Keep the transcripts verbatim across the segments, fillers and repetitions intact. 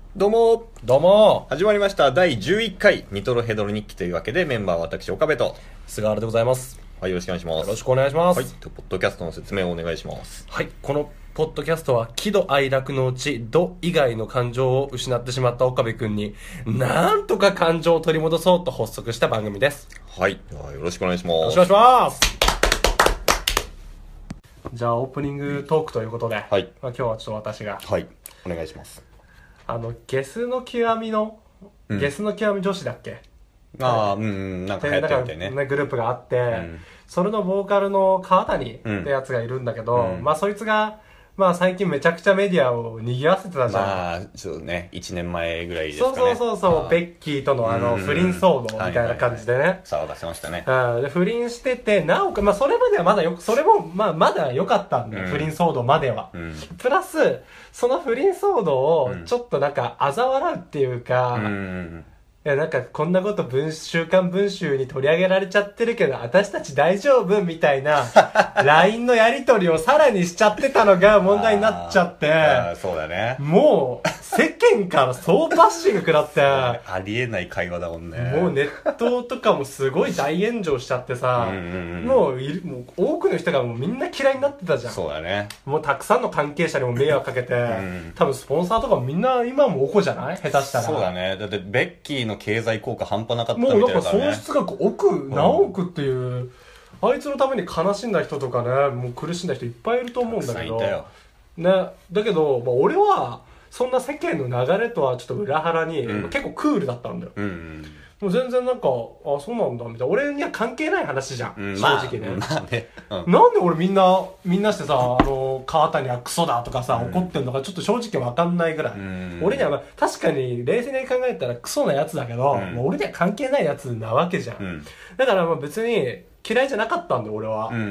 どうもどうも始まりましただいじゅういっかいニトロヘドロ日記というわけで、メンバーは私岡部と、 菅原でございます。 はい、よろしくお願いします。 よろしくお願いします。 はい、ポッドキャストの説明をお願いします。 はい、このポッドキャストは喜怒哀楽のうち怒以外の感情を失ってしまった岡部君になんとか感情を取り戻そうと発足した番組です。 はい、ではよろしくお願いします。 よろしくお願いします。じゃあオープニングトークということで、 はい、 まあ、今日はちょっと私がはい、お願いします。 あのゲスの極みの、うん、ゲスの極み女子だっけ、 ああ、うん、なんか流行ってるみたいね。 ねグループがあって、うん、それのボーカルの川谷ってやつがいるんだけど、うん、まあそいつがまあ最近めちゃくちゃメディアを賑わせてたじゃん。 まあそうね、いちねんまえぐらいですかね。 そうそうそうそう、ベッキーとのあの不倫騒動みたいな感じでね、はいはいはい、 騒がせましたね。 うん、で不倫してて、なおかまあそれまではまだよそれもまあまだ良かったんだよ、うん、不倫騒動までは、うん、プラスその不倫騒動をちょっとなんか嘲笑うっていうか、うん、いやなんかこんなこと文週刊文集に取り上げられちゃってるけど私たち大丈夫みたいなライン のやり取りをさらにしちゃってたのが問題になっちゃってああそうだね、 もう世間から総バッシング食らってありえない会話だもんね。 もうネットとかもすごい大炎上しちゃってさうんうん、うん、もういるもう多くの人がもうみんな嫌いになってたじゃん。 そうだね。 もうたくさんの関係者にも迷惑かけて、うん、多分スポンサーとかもみんな今もおこじゃない下手したら。 そうだね。だってベッキーの経済効果半端なかったみたいだからね。 もうなんか損失額億何億っていう、うん、あいつのために悲しんだ人とかねもう苦しんだ人いっぱいいると思うんだけどたくさんいたよ、 ね、だけど、まあ、俺はそんな世間の流れとはちょっと裏腹に、うん、結構クールだったんだよ、うんうん、もう全然なんかあそうなんだみたいな、俺には関係ない話じゃん、うん、正直ね、まあ、まあね、うん、なんで俺みんなみんなしてさあの川谷はクソだとかさ、うん、怒ってんのかちょっと正直わかんないぐらい、うん、俺には、まあ、確かに冷静に考えたらクソなやつだけど、うん、もう俺には関係ないやつなわけじゃん、うん、だからまあ別に嫌いじゃなかったんだよ俺は、うんうん、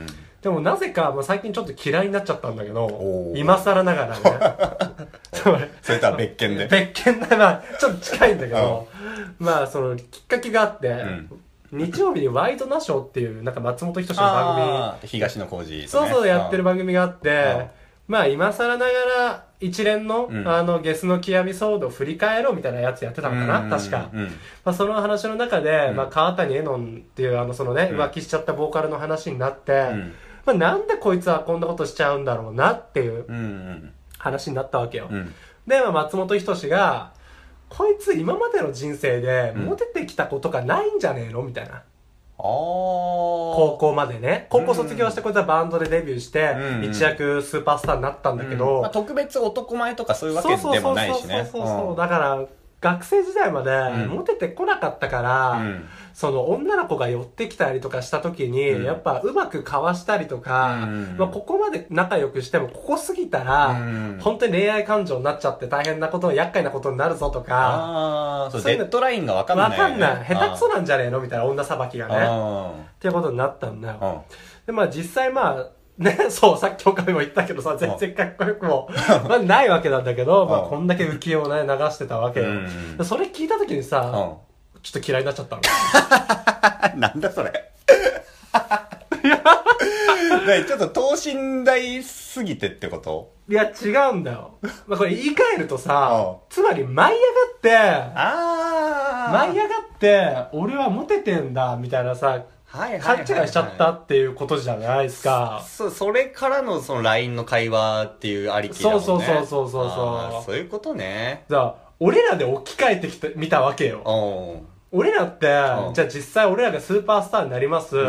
でもなぜか、まあ、最近ちょっと嫌いになっちゃったんだけど今更ながらねそれとは別件で別件だなちょっと近いんだけどまあそのきっかけがあって、うん、日曜日にワイドナショーっていうなんか松本人志の番組東野幸治、ね、 そうそうやってる番組があってまあ今更ながら一連の、うん、あのゲスの極み騒動を振り返ろうみたいなやつやってたのかな、確か、うんまあ、その話の中で、うんまあ、川谷絵音っていうあのそのね、うん、浮気しちゃったボーカルの話になって、うんまあ、なんでこいつはこんなことしちゃうんだろうなっていう話になったわけよ、うん、で、まあ、松本人志がこいつ今までの人生でモテてきたことがないんじゃねえのみたいな、高校までね高校卒業してこいつはバンドでデビューして、うん、一躍スーパースターになったんだけど、うんまあ、 特別男前とかそういうわけでもないしね。 そうそうそうそう、うん、だから学生時代までモテてこなかったから、うん、その女の子が寄ってきたりとかした時に、うん、やっぱうまくかわしたりとか、うんまあ、ここまで仲良くしてもここ過ぎたら、うん、本当に恋愛感情になっちゃって大変なこと厄介なことになるぞとか、 あそうデッドラインが分かんない、ね、 分かんない下手くそなんじゃねえのみたいな女さばきがねっていうことになったんだよ。でまあ実際まあね、そう、さっき岡部も言ったけどさ、全然かっこよくも、まあ、ないわけなんだけど、まあ、こんだけ浮世をね、流してたわけよ。うん、それ聞いた時にさ、ちょっと嫌いになっちゃったの。 なんだそれ。ちょっと等身大すぎてってこと？ いや、違うんだよ。まあ、これ言い換えるとさ、つまり舞い上がって、あ舞い上がって、俺はモテてんだ、みたいなさ、はいはいはいはい、勘違いしちゃったっていうことじゃないですか。 そ, それからのその ライン の会話っていうありきだもんね。 そうそうそうそうそうそうそういうことね。 じゃあ俺らで置き換えてきてみたわけよ。俺らって、じゃあ実際俺らがスーパースターになります。うん、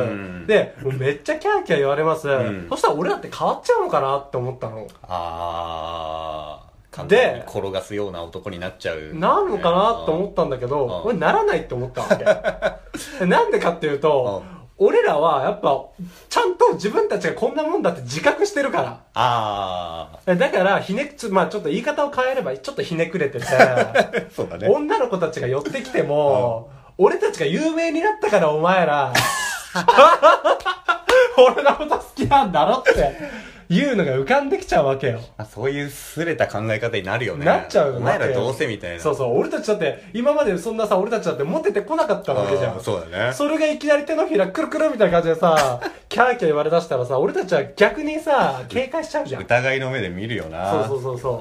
で、もうめっちゃキャーキャー言われます、うん。そしたら俺らって変わっちゃうのかなって思ったの。 あー。で転がすような男になっちゃう、ね、 なるのかなと思ったんだけど、俺ならないって思ったわけなんでかっていうと俺らはやっぱちゃんと自分たちがこんなもんだって自覚してるから。ああだからひねまあちょっと言い方を変えればちょっとひねくれててそうだね、女の子たちが寄ってきても俺たちが有名になったからお前ら俺のこと好きなんだろっていうのが浮かんできちゃうわけよ。 あそういうすれた考え方になるよね。 なっちゃう。 お前らどうせみたいな。 そうそう俺たちだって今までそんなさ俺たちだってモテてこなかったわけじゃん。 そうだね。 それがいきなり手のひらくるくるみたいな感じでさキャーキャー言われだしたらさ俺たちは逆にさ警戒しちゃうじゃん。 疑いの目で見るよな。 そうそうそうそう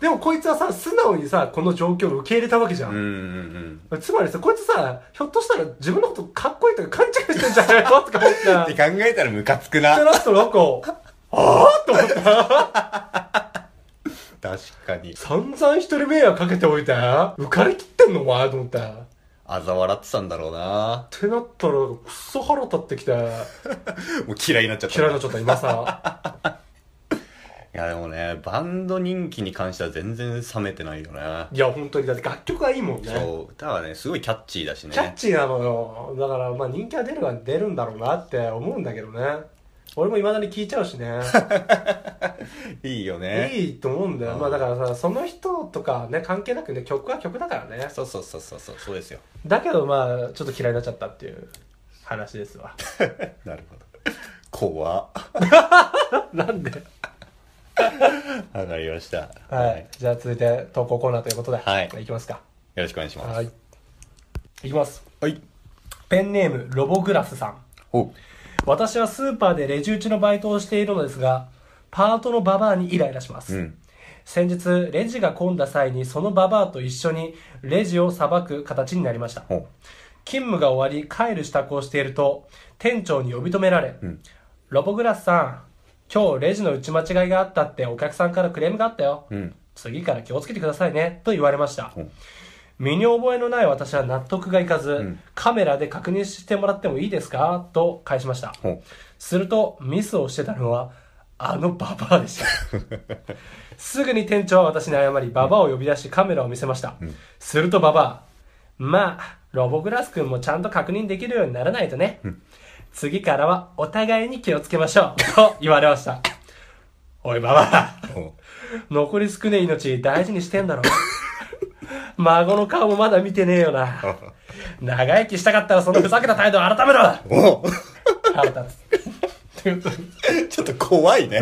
でもこいつはさ素直にさこの状況を受け入れたわけじゃん、 うんうんうん、つまりさこいつさひょっとしたら自分のことかっこいいとか勘違いしてんじゃないのとか思ってって考えたらムカつくな。 ってなったらなんかああと思った確かに散々一人迷惑かけておいて浮かれきってんのお前と思って嘲笑ってたんだろうな。 ってなったらくっそ腹立ってきてもう嫌いになっちゃった。 嫌いになっちゃった今さいやでもねバンド人気に関しては全然冷めてないよね。 いや本当にだって楽曲はいいもんね。 そう歌はねすごいキャッチーだしね。 キャッチーなのよ。だからまあ人気は出るは出るんだろうなって思うんだけどね。俺も未だに聴いちゃうしねいいよね。 いいと思うんだよ。まあだからさその人とかね関係なくね曲は曲だからね。 そうそうそうそうそうそうですよ。 だけどまあちょっと嫌いになっちゃったっていう話ですわなるほど怖っなんでわかりました。 はい、はい、じゃあ続いて投稿コーナーということで、 はい、 いきますか。 よろしくお願いします。 はい、いきます。 はい。 ペンネームロボグラスさん。 お。 私はスーパーでレジ打ちのバイトをしているのですが、パートのババアにイライラします。うん、先日レジが混んだ際にそのババアと一緒にレジをさばく形になりました。勤務が終わり帰る支度をしていると店長に呼び止められ、うん、ロボグラスさん、今日レジの打ち間違いがあったってお客さんからクレームがあったよ、うん、次から気をつけてくださいねと言われました。身に覚えのない私は納得がいかず、うん、カメラで確認してもらってもいいですかと返しました。するとミスをしてたのはあのババアでしたすぐに店長は私に謝りババアを呼び出しカメラを見せました、うん、するとババア、まあロボグラス君もちゃんと確認できるようにならないとね、うん、次からはお互いに気をつけましょうと言われました。おいババア残り少ねえ命大事にしてんだろ孫の顔もまだ見てねえよな長生きしたかったらそのふざけた態度を改めろ腹立つちょっと怖いね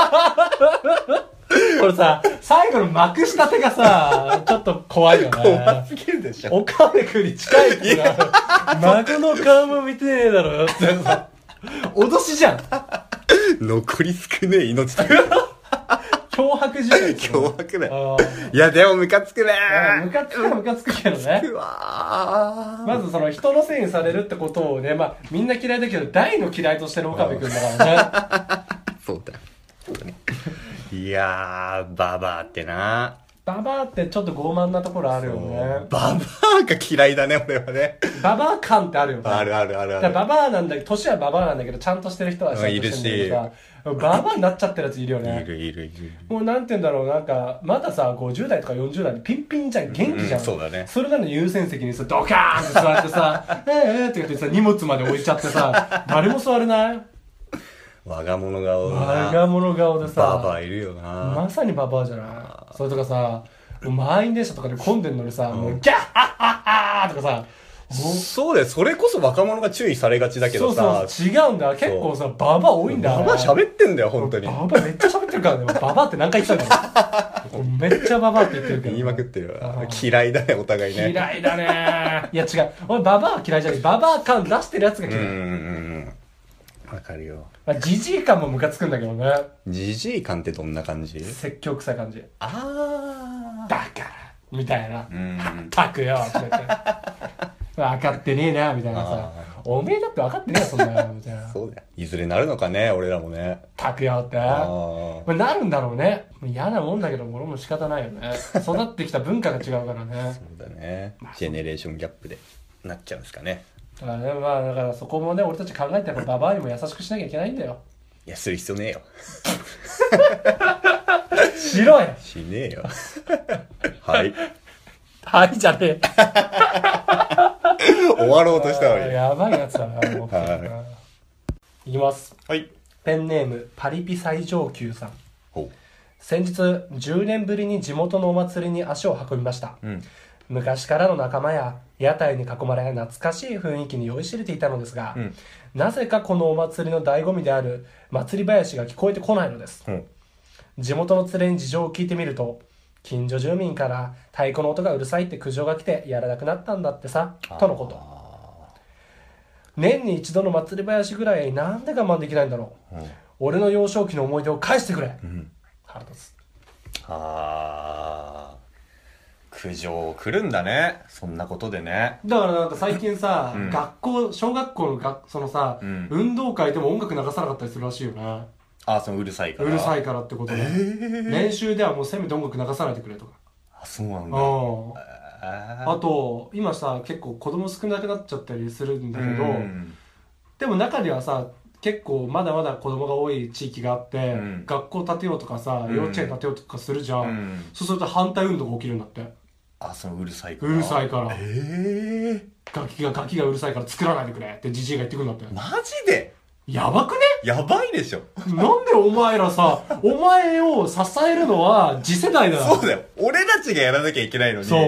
これさ最後のまくしたてがさちょっと怖いよね。 怖すぎるでしょ。 岡部君に近いってな孫の顔も見てねえだろってさ脅しじゃん残り少ねえ命だ脅迫じゃん。 脅迫だよ。いやでもムカつくねー。ムカつくはムカつくけどね。うわまずその人のせいにされるってことをね、まあみんな嫌いだけど大の嫌いとしてる岡部君だからね。そうだよ。いやーババアってな。 ババアってちょっと傲慢なところあるよね。 ババアが嫌いだね俺はね。 ババア感ってあるよね。 あるあるあるある。 ババアなんだけど年はババアなんだけどちゃんとしてる人はちゃんとしてるんだけどさ。ババアになっちゃってるやついるよね。 いるいるいる。 もうなんて言うんだろう、なんかまださごじゅう代とかよんじゅう代でピンピンじゃん、元気じゃん、 うん、そうだね。 それなのに優先席にさドカーンって座ってさえーえーって言ってさ荷物まで置いちゃってさ誰も座れない。 我が物顔だな。 我が物顔でさババアいるよな。 まさにババアじゃない。それとかさ満員電車とかで混んでんのにさ、うん、もうギャッハッハッハーとかさ、 そうだよ。それこそ若者が注意されがちだけどさ。 そうそう違うんだ。結構さババア多いんだよ、ね、 ババア喋ってんだよ本当に。 ババアめっちゃ喋ってるからね。ババアって何回言ったんだよめっちゃババアって言ってるけど、ね、 言いまくってるよ。嫌いだねお互いね。 嫌いだね。いや違う、俺ババアは嫌いじゃない。ババア感出してるやつが嫌い。うんうんうんわかるよ。 まあ、ジジイ感もムカつくんだけどね。 ジジイ感ってどんな感じ？ 説教臭い感じ。 あーだからみたいな。うんたくよって言って分かってねえなみたいなさ。おめえだって分かってねえよそんなよみたいな。 そうだよ。いずれなるのかね俺らもね。 たくよって。あ、まあ、なるんだろうね。嫌なもんだけど俺も仕方ないよね。育ってきた文化が違うからね。 そうだね。ジェネレーションギャップでなっちゃうんですかね。 だからね、まあだからそこもね俺たち考えてやっぱババアにも優しくしなきゃいけないんだよ。 いやする必要ねえよしろよ。 しねえよはいはいじゃねえ終わろうとしたのにやばいやつだなもう、はい、いきます。 はいペンネームパリピ最上級さん。 ほう先日じゅうねんぶりに地元のお祭りに足を運びました、うん、昔からの仲間や屋台に囲まれ懐かしい雰囲気に酔いしれていたのですが、うん、なぜかこのお祭りの醍醐味である祭り林が聞こえてこないのです、うん、地元の連れに事情を聞いてみると近所住民から太鼓の音がうるさいって苦情が来てやらなくなったんだってさとのこと。年に一度の祭り林ぐらいなんで我慢できないんだろう、うん、俺の幼少期の思い出を返してくれ、うん、腹立つ。 あー、苦情来るんだね、そんなことでね。 だからなんか最近さ、うん、学校小学校のがそのさ、うん、運動会でも音楽流さなかったりするらしいよね。 あ、そのうるさいからうるさいからってことで、えー、練習ではもうせめて音楽流さないでくれとか。 あ、そうなんだ。 あ, あと今さ結構子供少なくなっちゃったりするんだけど、うん、でも中にはさ結構まだまだ子供が多い地域があって、うん、学校建てようとかさ、うん、幼稚園建てようとかするじゃん、うん、そうすると反対運動が起きるんだって。 あ、そのうるさいから。 うるさいから。 ええー、ガキがガキがうるさいから作らないでくれってじじいが言ってくるんだって。 マジでやばくね？ やばいでしょ。 なんでお前らさ、お前を支えるのは次世代だよ。 そうだよ。俺たちがやらなきゃいけないのに。 そう。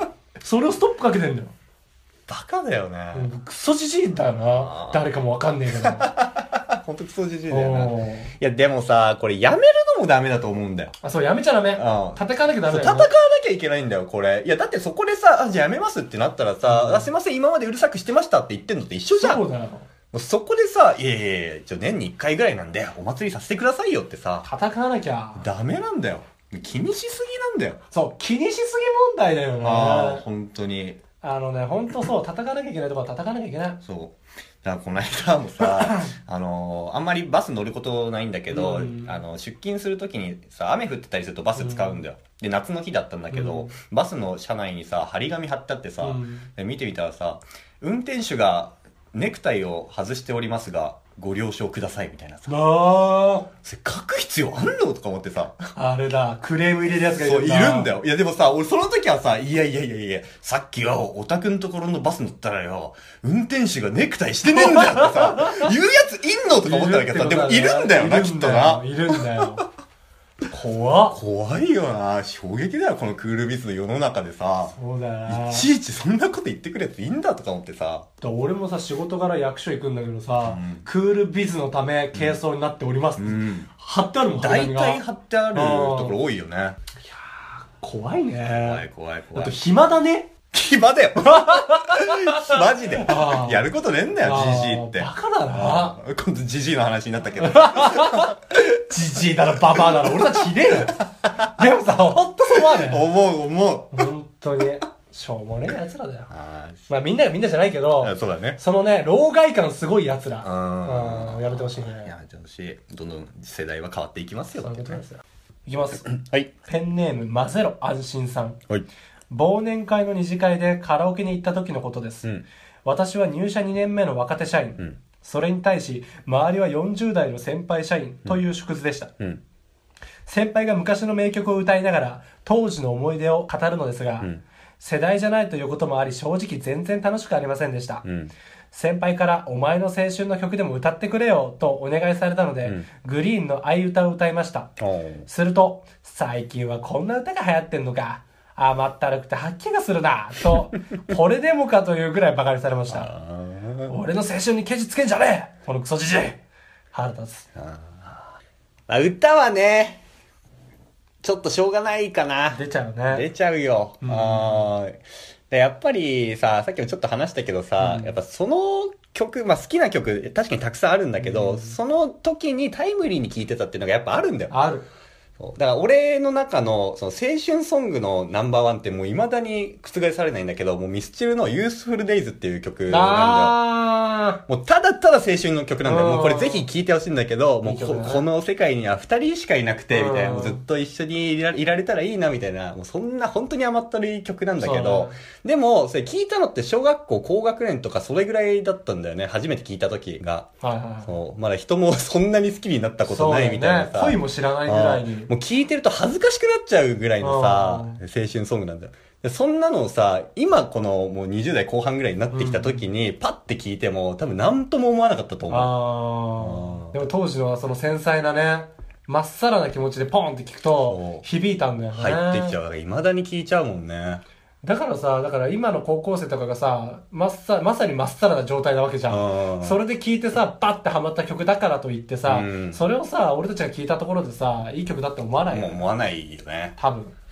それをストップかけてんだよ。 バカだよね。 うん、クソじじいだよな。誰かもわかんねえけど。 ほんとクソじじいだよな。いやでもさ、これやめるのもダメだと思うんだよ。 あ、そうやめちゃダメ。戦わなきゃダメだよ、ね。 戦わなきゃいけないんだよ、これ。いやだってそこでさ、あ、じゃあやめますってなったらさ、うん、あ、すいません、今までうるさくしてましたって言ってんのって一緒じゃん。 そうだよ。 そこでさ、いやいやいや、ちょ、年に一回ぐらいなんで、お祭りさせてくださいよってさ。 戦わなきゃ。 ダメなんだよ。気にしすぎなんだよ。 そう、気にしすぎ問題だよね。 ああ、本当に。 あのね、本当そう、叩かなきゃいけないところは叩かなきゃいけない。 そう。だからこの間もさ、あのー、あんまりバス乗ることないんだけど、うん、あの、出勤するときにさ、雨降ってたりするとバス使うんだよ。うん、で、夏の日だったんだけど、うん、バスの車内にさ、張り紙貼ってあってさ、うん、で見てみたらさ、運転手がネクタイを外しておりますが、ご了承くださいみたいなさ。あそれ書く必要あんのとか思ってさ。 あれだ、クレーム入れるやつがいるんだ。 そう、いるんだよ。いやでもさ、俺その時はさ、いやいやいやいや、さっきよ、お宅のところのバス乗ったらよ、運転手がネクタイしてねえんだよってさ、言うやついんのとか思ったんだけどさ、でもいるんだよな、きっとな。 いるんだよ。怖っ。 怖いよな。衝撃だよ、このクールビズの世の中でさ。 そうだよな。 いちいちそんなこと言ってくるやついいんだとか思ってさ。 だ俺もさ、仕事柄役所行くんだけどさ、うん、クールビズのため軽装になっておりますって、うん、貼ってあるもん。 大体貼ってあるところ多いよね。いやー、 怖いね。 怖い怖い怖い。 あと暇だね。 暇だよ。マジで。やることねえんだよ、ジジイって。 バカだな。 今度ジジイの話になったけど。 ジジイだろ、ババアだろ、俺たちひでえよ。でもさ、ほんとそう思わねえ。 思う、思う。ほんとに。しょうもねえ奴らだよ。まあみんながみんなじゃないけど、 そうだね。 そのね、老害感すごい奴ら。うん。やめてほしいね。 やめてほしい。どんどん世代は変わっていきますよ。 そういうことですよ。いきます。 はい。 ペンネーム、マゼロ安心さん。 はい。 忘年会の二次会でカラオケに行った時のことです、うん、私は入社にねんめの若手社員、うん、それに対し周りはよんじゅう代の先輩社員という縮図でした、うん、先輩が昔の名曲を歌いながら当時の思い出を語るのですが、うん、世代じゃないということもあり正直全然楽しくありませんでした、うん、先輩からお前の青春の曲でも歌ってくれよとお願いされたので、うん、グリーンの愛歌を歌いました。すると最近はこんな歌が流行ってんのか、甘ったるくて吐き気がするなとこれでもかというぐらいバカにされました。俺の青春にケチつけんじゃねえこのクソじじい、腹立つ。 あ、まあ、歌はねちょっとしょうがないかな。 出ちゃうね。 出ちゃうよ、うん、あでやっぱりさ、さっきもちょっと話したけどさ、うん、やっぱその曲、まあ好きな曲確かにたくさんあるんだけど、うん、その時にタイムリーに聴いてたっていうのがやっぱあるんだよ。 ある。 だから俺の中のその青春ソングのナンバーワンってもう未だに覆されないんだけど、もうミスチルの Youthful Days っていう曲なんだよ。あもうただただ青春の曲なんだよ。もうこれぜひ聴いてほしいんだけど、もう こ, この世界には二人しかいなくてみたいな、もうずっと一緒にい ら, いられたらいいなみたいな、もうそんな本当に甘ったるい曲なんだけど、でもそれ聴いたのって小学校高学年とかそれぐらいだったんだよね、初めて聴いた時が、はいはい、そうまだ人もそんなに好きになったことないみたいなさ、 ね、恋も知らないぐらいにもう聴いてると恥ずかしくなっちゃうぐらいのさ青春ソングなんだよ。でそんなのをさ、今このもうにじゅう代後半ぐらいになってきた時に、うん、パッて聞いても多分何とも思わなかったと思う。 ああでも当時のその繊細なね、まっさらな気持ちでポンって聞くと響いたんだよね。 入ってきちゃうから未だに聞いちゃうもんね。 だからさ、だから今の高校生とかがさ、まっさ、まさにまっさらな状態なわけじゃん。それで聞いてさ、パッてハマった曲だからといってさ、うん、それをさ、俺たちが聞いたところでさ、いい曲だって思わないよね。 思わないよね。 多分。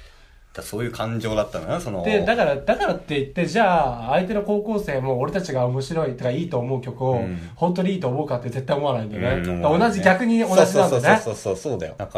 だそういう感情だったのよ、その。 で、だから、だからって言って、じゃあ、相手の高校生も俺たちが面白いとかいいと思う曲を、うん、本当にいいと思うかって絶対思わないんだよね。うん、同じ、逆に同じなんだよね。 そうそうそうそう、そうだよ。だから、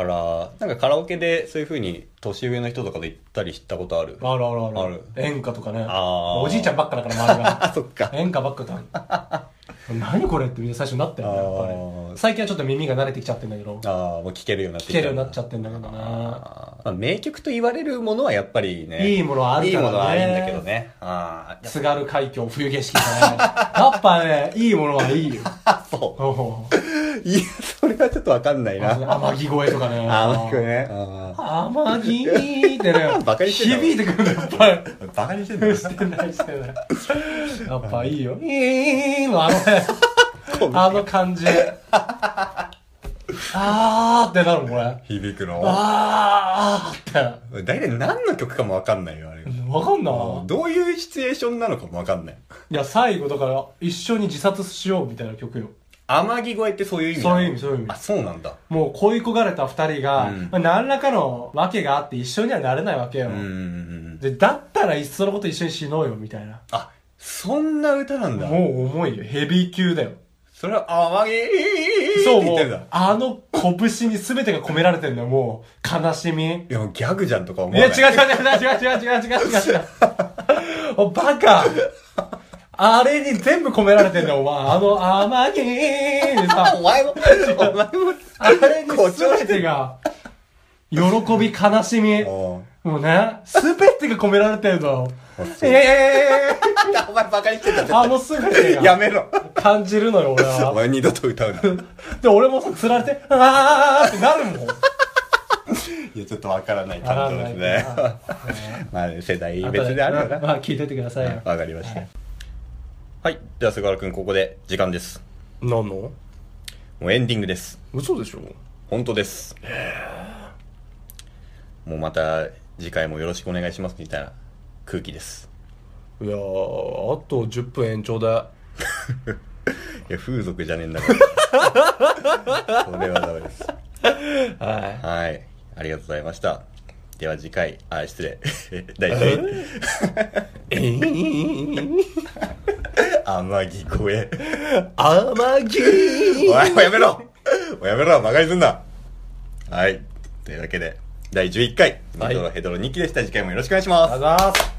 なんかカラオケでそういう風に年上の人とかで行ったりしたことある？ あるあるある。ある。演歌とかね。あおじいちゃんばっかだから周りが。 そっか。 演歌ばっかだ。何これってみんな最初になったよね、やっぱり。最近はちょっと耳が慣れてきちゃってんだけど。 ああ、もう聴けるようになってきた。聴けるようになっちゃってんだけどな。 まあ、名曲と言われるものはやっぱりね。 いいものはあるからね。 いいものはいいんだけどね。ああ。津軽海峡冬景色がね。やっぱね、いいものはいいよ。 そう。いや、それはちょっとわかんないな。 天城越えとかね。 天城ね。 天城ってね。 バカにしてんの？ 響いてくるんだよ、やっぱり。 バカにしてんの？ してないしてない。やっぱいいよ。いいの、あのね。あの感じ。あーってなるこれ。 響くのあーって。 大体何の曲かもわかんないよ、あれ。 わかんない。 どういうシチュエーションなのかもわかんない。 いや、最後だから一緒に自殺しようみたいな曲よ。 天城越えってそういう意味？ そういう意味、そういう意味。 あ、そうなんだ。 もう恋焦がれた二人が、うん、まあ、何らかの訳があって一緒にはなれないわけよ。うん。で、だったらいっそのこと一緒に死のうよ、みたいな。 あ、そんな歌なんだ。 もう重いよ。ヘビー級だよ。 それは、天城そう、もう、あの拳に全てが込められてんだよ、もう。悲しみ。 いや、もうギャグじゃんとか思わない。 いや、違う違う違う違う違う違う違う違う違う。お、バカ。あれに全部込められてんだよ、お前。あの、天城でさ。 お前も、お前も。 あれに全てが、喜び、悲しみ。もうね、全てが込められてるの。ええー、お前バカにしてんだ。 あの全てが。 やめろ。 感じるのよ、俺は。 お前二度と歌うな。 で、俺もさ、釣られて、あーってなるもん。 いや、ちょっとわからない感じですね。まあ、世代別であるよな。 まあ、聞いといてくださいよ。 わかりました。はい。では、菅原くん、ここで時間です。 何の？ もうエンディングです。 嘘でしょ？ 本当です。もうまた、次回もよろしくお願いしますみたいな空気です。 いやー、あとじゅっぷん延長だ。 いや、風俗じゃねえんだから。それはダメです。 はい。 はい。ありがとうございました。では次回、あ、失礼。大体。えー、天城越え。 天城おい、もうやめろもうやめろ馬鹿にすんな。はい。というわけで、だいじゅういっかい、ニトロヘドロにきでした。次回もよろしくお願いします。 ありがとうございます。